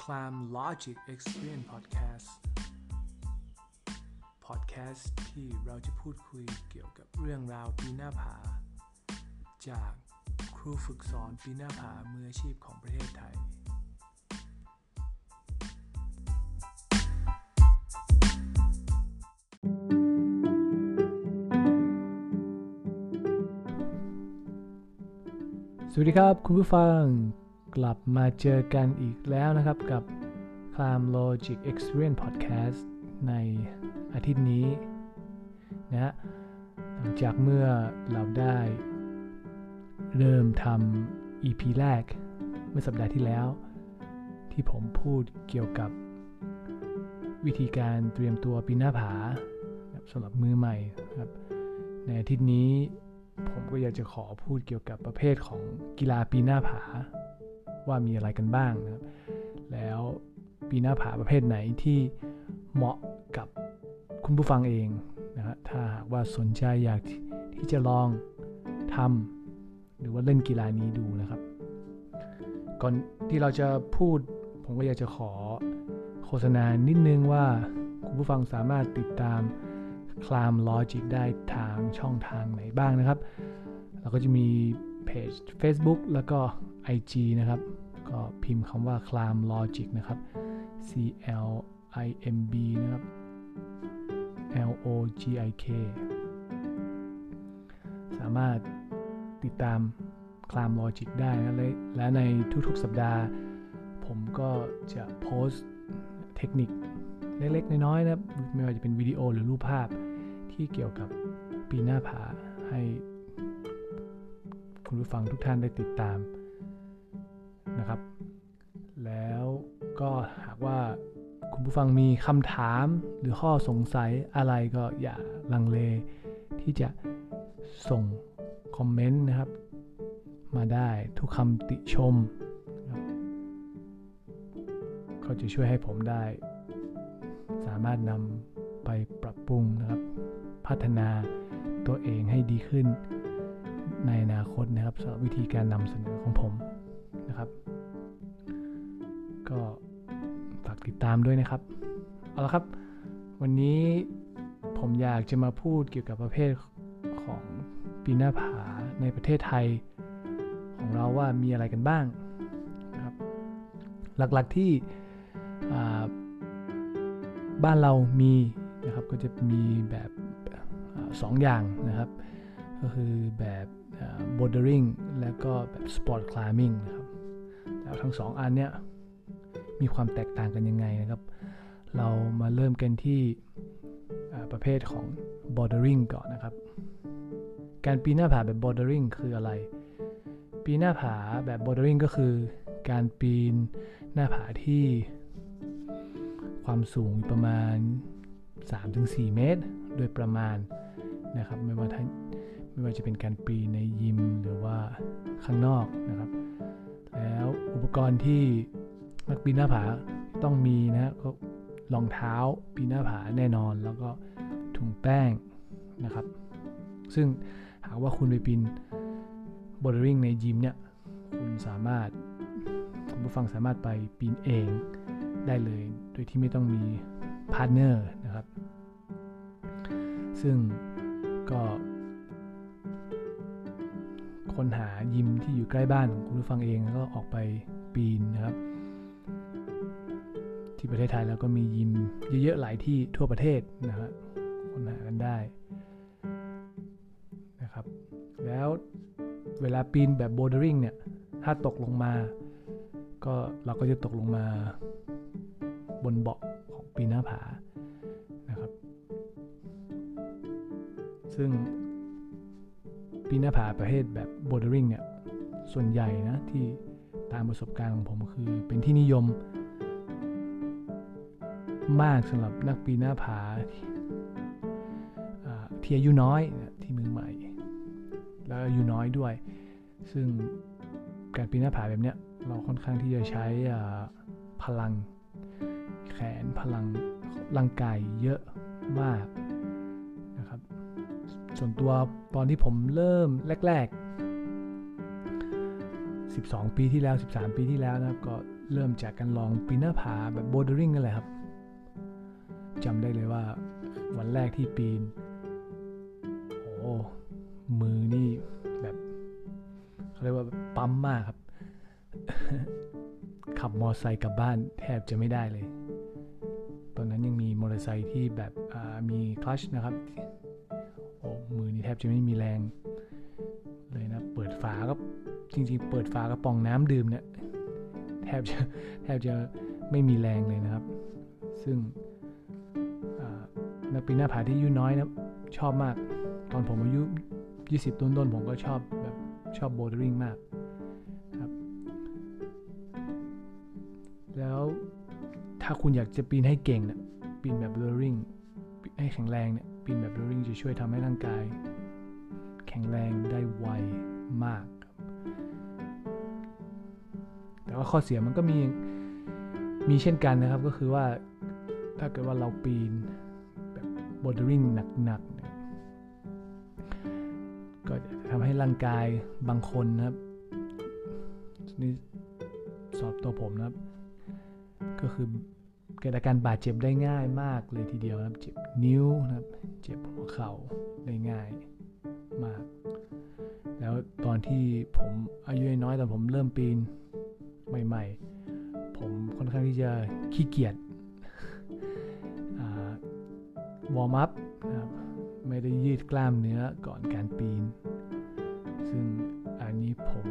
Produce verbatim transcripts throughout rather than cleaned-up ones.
Climb Logic Experience Podcast Podcast ที่เราจะพูดคุยเกี่ยวกับเรื่องราวปีนหน้าผาจากครูฝึกสอนปีนหน้าผามืออาชีพของประเทศไทยสวัสดีครับคุณผู้ฟังกลับมาเจอกันอีกแล้วนะครับกับ Climb Logic Experience Podcast ในอาทิตย์นี้นะฮะหลังจากเมื่อเราได้เริ่มทำ อี พี แรกเมื่อสัปดาห์ที่แล้วที่ผมพูดเกี่ยวกับวิธีการเตรียมตัวปีนหน้าผาสำหรับมือใหม่ครับในอาทิตย์นี้ผมก็อยากจะขอพูดเกี่ยวกับประเภทของกีฬาปีนหน้าผาว่ามีอะไรกันบ้างนะครับแล้วปีนหน้าผาประเภทไหนที่เหมาะกับคุณผู้ฟังเองนะฮะถ้าหากว่าสนใจอยากที่จะลองทำหรือว่าเล่นกีฬานี้ดูนะครับก่อนที่เราจะพูดผมก็อยากจะขอโฆษณานิดนึงว่าคุณผู้ฟังสามารถติดตามClimb Logic ได้ทางช่องทางไหนบ้างนะครับเราก็จะมีเพจ Facebook แล้วก็ ไอ จี นะครับก็พิมพ์คำว่า Climb Logic นะครับ C L I M B นะครับ L O G I K สามารถติดตาม Climb Logic ได้นะและในทุกๆสัปดาห์ผมก็จะโพสต์เทคนิคเล็กๆน้อยๆนะครับไม่ว่าจะเป็นวิดีโอหรือรูปภาพที่เกี่ยวกับปีนหน้าผาให้คุณผู้ฟังทุกท่านได้ติดตามนะครับแล้วก็หากว่าคุณผู้ฟังมีคำถามหรือข้อสงสัยอะไรก็อย่าลังเลที่จะส่งคอมเมนต์นะครับมาได้ทุกคำติชมนะครับก็จะช่วยให้ผมได้สามารถนำไปปรับปรุงนะครับพัฒนาตัวเองให้ดีขึ้นในอนาคตนะครับสำหรับวิธีการนำเสนอของผมนะครับก็ฝากติดตามด้วยนะครับเอาละครับวันนี้ผมอยากจะมาพูดเกี่ยวกับประเภทของปีนหน้าผาในประเทศไทยของเราว่ามีอะไรกันบ้างนะครับหลักๆที่บ้านเรามีนะครับก็จะมีแบบสองอย่างนะครับก็คือแบบ bouldering แล้วก็แบบ sport climbing นะครับแล้วทั้งสองอันเนี้ยมีความแตกต่างกันยังไงนะครับเรามาเริ่มกันที่ประเภทของ bouldering ก่อนนะครับการปีนหน้าผาแบบ bouldering คืออะไรปีนหน้าผาแบบ bouldering ก็คือการปีนหน้าผาที่ความสูงประมาณ สามถึงสี่ เมตรโดยประมาณนะครับไม่ว่าไม่ว่าจะเป็นการปีนในยิมหรือว่าข้างนอกนะครับแล้วอุปกรณ์ที่นักปีนหน้าผาต้องมีนะก็รองเท้าปีนหน้าผาแน่นอนแล้วก็ถุงแป้งนะครับซึ่งหากว่าคุณไปปีน bouldering ในยิมเนี่ยคุณสามารถคุณผู้ฟังสามารถไปปีนเองได้เลยโดยที่ไม่ต้องมีพาร์ทเนอร์นะครับซึ่งก็ค้นหายิมที่อยู่ใกล้บ้านของคุณผู้ฟังเองแล้วก็ออกไปปีนนะครับที่ประเทศไทยแล้วก็มียิมเยอะๆหลายที่ทั่วประเทศนะครับค้นหากันได้นะครับแล้วเวลาปีนแบบ bouldering เนี่ยถ้าตกลงมาก็เราก็จะตกลงมาบนเบาะของปีนหน้าผานะครับซึ่งปีนหน้าผาประเภทแบบ bouldering เนี่ยส่วนใหญ่นะที่ตามประสบการณ์ของผมคือเป็นที่นิยมมากสำหรับนักปีนหน้าผาที่อายุน้อยที่มือใหม่แล้วอายุน้อยด้วยซึ่งการปีนหน้าผาแบบเนี้ยเราค่อนข้างที่จะใช้พลังแขนพลังร่างกายเยอะมากนะครับส่วนตัวตอนที่ผมเริ่มแรกๆสิบสองปีที่แล้วสิบสามปีที่แล้วนะครับก็เริ่มจากการลองปีนหน้าผาแบบโบลเดอริ่งนั่นแหละครับจำได้เลยว่าวันแรกที่ปีนโอ้มือนี่แบบเขาเรียกว่าปั๊มมากครับ ขับมอเตอร์ไซค์กลับบ้านแทบจะไม่ได้เลยตอนนั้นยังมีมอเตอร์ไซค์ที่แบบมีคลัตช์นะครับโอ้มือนี่แทบจะไม่มีแรงเลยนะเปิดฝาก็จริงๆเปิดฝากระป๋องน้ำดื่มเนี่ยแทบจะแทบจะไม่มีแรงเลยนะครับซึ่งนักปีนหน้าผาที่อายุน้อยนะชอบมากตอนผมอายุยี่สิบต้นๆผมก็ชอบแบบชอบโบลเดอริ่งมากครับแล้วถ้าคุณอยากจะปีนให้เก่งเนี่ยปีนแบบโบลเดอริ่งให้แข็งแรงเนี่ยปีนแบบโบลเดอริ่งจะช่วยทำให้ร่างกายแข็งแรงได้ไวมากแต่ว่าข้อเสียมันก็มีมีเช่นกันนะครับก็คือว่าถ้าเกิดว่าเราปีนแบบโบลเดอริ่งหนักๆเนี่ยก็จะทำให้ร่างกายบางคนนะครับนี่สอบตัวผมนะครับก็คือเกิดอาการบาดเจ็บได้ง่ายมากเลยทีเดียวนะครับเจ็บนิ้วนะครับเจ็บหัวเข่าได้ง่ายมากแล้วตอนที่ผมอายุน้อยตอนผมเริ่มปีนใหม่ๆผมค่อนข้างที่จะขี้เกียจวอร์มอัพนะครับไม่ได้ยืดกล้ามเนื้อก่อนการปีนซึ่งอันนี้ผม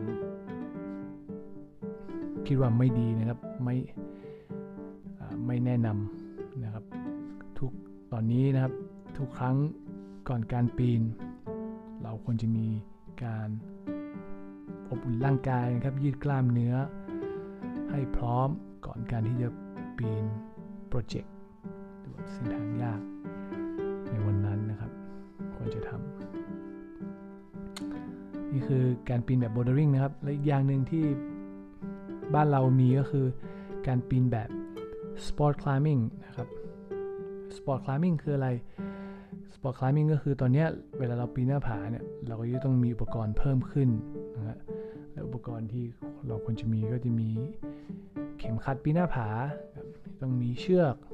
คิดว่าไม่ดีนะครับไม่ไม่แนะนำนะครับทุกตอนนี้นะครับทุกครั้งก่อนการปีนเราควรจะมีการอบอุ่นร่างกายนะครับยืดกล้ามเนื้อให้พร้อมก่อนการที่จะปีนโปรเจกต์หรือเส้นทางยากในวันนั้นนะครับควรจะทำนี่คือการปีนแบบโบลเดอริ่งนะครับและอีกอย่างหนึ่งที่บ้านเรามีก็คือการปีนแบบสปอร์ตคลายมิ่งนะครับสปอร์ตคลายมิ่งคืออะไรสปอร์ตคลายมิ่งก็คือตอนนี้เวลาเราปีนหน้าผาเนี่ยเราก็จะต้องมีอุปกรณ์เพิ่มขึ้นนะฮะและอุปกรณ์ที่เราควรจะมีก็จะมีเข็มขัดปีนหน้าผาต้องมีเชือก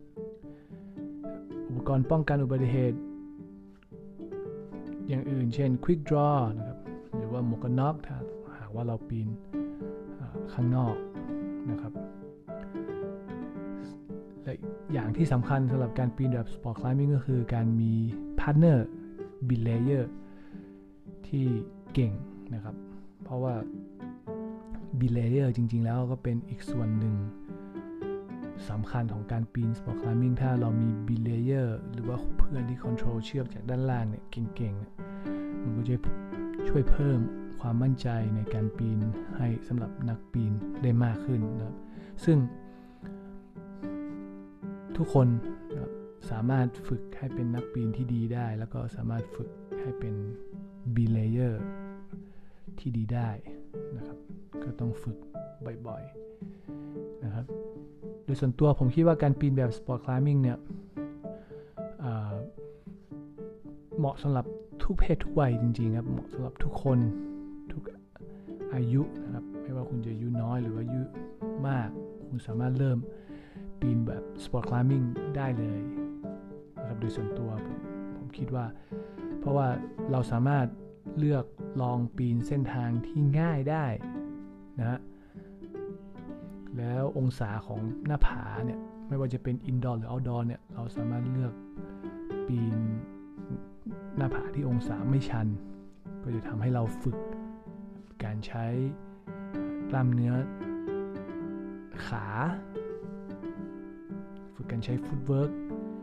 อุปกรณ์ป้องกันอุบัติเหตุอย่างอื่นเช่น Quick Draw นะครับหรือว่าหมวกกันน็อกถ้าหากว่าเราปีนข้างนอกนะครับและอย่างที่สำคัญสำหรับการปีนแบบ Sport Climbing ก็คือการมี Partner Belayer ที่เก่งนะครับเพราะว่า Belayer จริงๆแล้วก็เป็นอีกส่วนหนึ่งสำคัญของการปีน Sport Climbing ถ้าเรามี Belayer หรือว่าเพื่อนที่ control เชือกจากด้านล่างเนี่ยเก่งๆมันก็จะช่วยเพิ่มความมั่นใจในการปีนให้สำหรับนักปีนได้มากขึ้นนะครับซึ่งทุกคนนะครับสามารถฝึกให้เป็นนักปีนที่ดีได้แล้วก็สามารถฝึกให้เป็น Belayer ที่ดีได้นะครับก็ต้องฝึกบ่อยๆนะครับโดยส่วนตัวผมคิดว่าการปีนแบบ Sport Climbing เนี่ยเหมาะสำหรับทุกเพศทุกวัยจริงๆครับเหมาะสำหรับทุกคนทุกอายุนะครับไม่ว่าคุณจะอายุน้อยหรือว่าอายุมากคุณสามารถเริ่มปีนแบบ Sport Climbing ได้เลยนะครับโดยส่วนตัวผมผมคิดว่าเพราะว่าเราสามารถเลือกลองปีนเส้นทางที่ง่ายได้นะฮะแล้วองศาของหน้าผาเนี่ยไม่ว่าจะเป็น Indoor หรือ Outdoor เนี่ยเราสามารถเลือกปีนหน้าผาที่องศาไม่ชันก็จะทำให้เราฝึกการใช้กล้ามเนื้อขาฝึกการใช้ฟุตเวิร์ก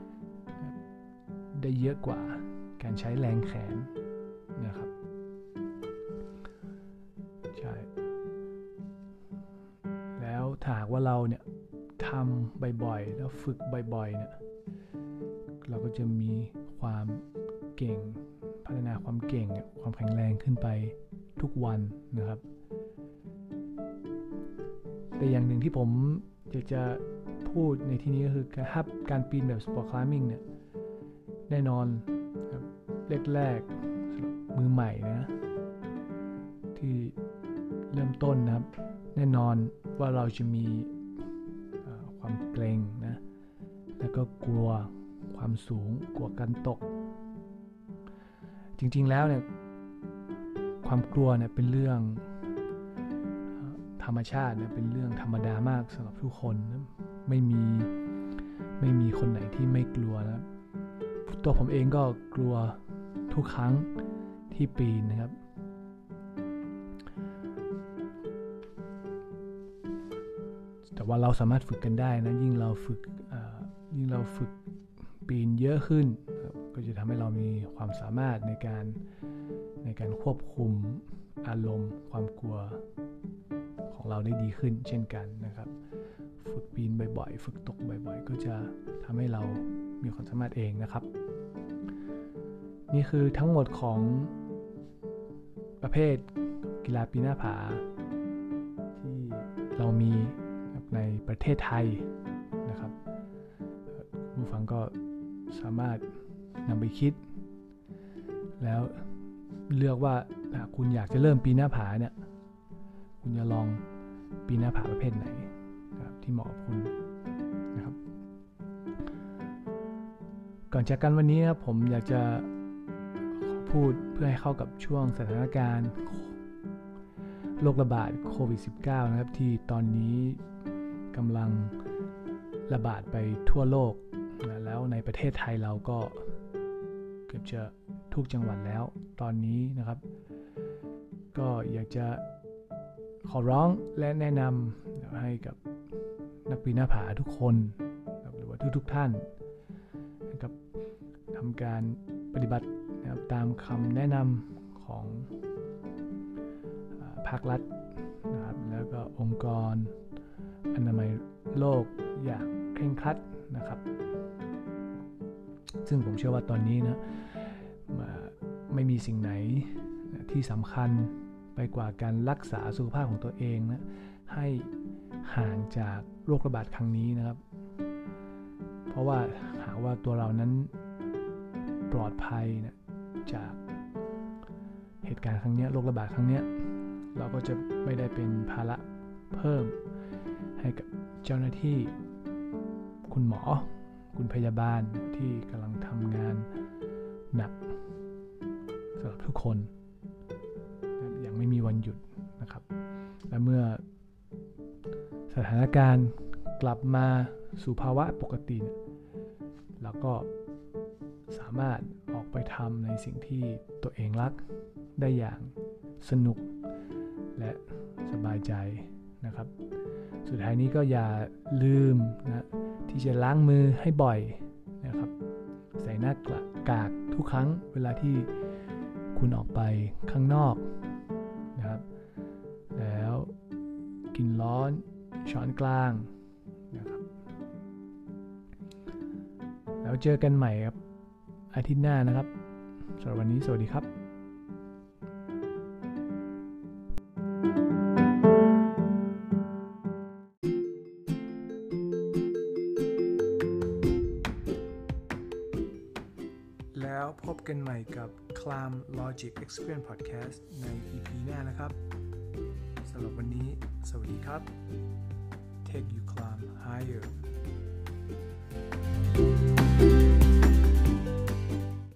ได้เยอะกว่าการใช้แรงแขนนะครับใช่แล้วถ้าหากว่าเราเนี่ยทำบ่อยๆแล้วฝึกบ่อยๆเนี่ยเราก็จะมีความเก่งพัฒนาความเก่งความแข็งแรงขึ้นไปทุกวันนะครับแต่อย่างหนึ่งที่ผมอยากจะพูดในที่นี้ก็คือการการปีนแบบ Sport Climbing เนี่ยแน่นอนแรกๆมือใหม่นะที่เริ่มต้นนะครับแน่นอนว่าเราจะมีความเกรงนะแล้วก็กลัวความสูงกลัวการตกจริงๆแล้วเนี่ยความกลัวเนี่ยเป็นเรื่องธรรมชาติเนี่ยเป็นเรื่องธรรมดามากสำหรับทุกคนนะไม่มีไม่มีคนไหนที่ไม่กลัวนะตัวผมเองก็กลัวทุกครั้งที่ปีนนะครับแต่ว่าเราสามารถฝึกกันได้นะยิ่งเราฝึกยิ่งเราฝึกปีนเยอะขึ้นก็จะทำให้เรามีความสามารถในการในการควบคุมอารมณ์ความกลัวของเราได้ดีขึ้นเช่นกันนะครับฝึกปีนบ่อยๆฝึกตกบ่อยๆก็จะทำให้เรามีความสามารถเองนะครับนี่คือทั้งหมดของประเภทกีฬาปีนหน้าผาที่เรามีในประเทศไทยนะครับผู้ฟังก็สามารถนำไปคิดแล้วเลือกว่าถ้าคุณอยากจะเริ่มปีนหน้าผาเนี่ยคุณจะลองปีนหน้าผาประเภทไหนนะครับที่เหมาะกับคุณนะครับก่อนจากกันวันนี้นะครับผมอยากจะขอพูดเพื่อให้เข้ากับช่วงสถานการณ์โรคระบาดโควิด สิบเก้า นะครับที่ตอนนี้กำลังระบาดไปทั่วโลกนะแล้วในประเทศไทยเราก็เกือบจะทุกจังหวัดแล้วตอนนี้นะครับก็อยากจะขอร้องและแนะนำให้กับนักปีนหน้าผาทุกคนหรือว่าทุกๆท่านนะครับทำการปฏิบัตินะครับตามคำแนะนำของภาครัฐนะครับแล้วก็องค์กรอนามัยโลกอย่างเคร่งครัดนะครับซึ่งผมเชื่อว่าตอนนี้นะไม่มีสิ่งไหนที่สำคัญไปกว่าการรักษาสุขภาพของตัวเองนะให้ห่างจากโรคระบาดครั้งนี้นะครับเพราะว่าหากว่าตัวเรานั้นปลอดภัยนะจากเหตุการณ์ครั้งนี้โรคระบาดครั้งนี้เราก็จะไม่ได้เป็นภาระเพิ่มให้กับเจ้าหน้าที่คุณหมอคุณพยาบาลที่กำลังทำงานหนักสำหรับทุกคนอย่างไม่มีวันหยุดนะครับและเมื่อสถานการณ์กลับมาสู่ภาวะปกติเราก็สามารถออกไปทำในสิ่งที่ตัวเองรักได้อย่างสนุกและสบายใจนะครับสุดท้ายนี้ก็อย่าลืมนะที่จะล้างมือให้บ่อยนะครับใส่หน้ากากทุกครั้งเวลาที่คุณออกไปข้างนอกนะครับแล้วกินร้อนช้อนกลางนะครับแล้วเจอกันใหม่ครับอาทิตย์หน้านะครับสำหรับวันนี้สวัสดีครับแล้วพบกันใหม่กับ Climb Logic Experience Podcast ใน อี พี หน้านะครับสำหรับวันนี้สวัสดีครับ Take you climb higher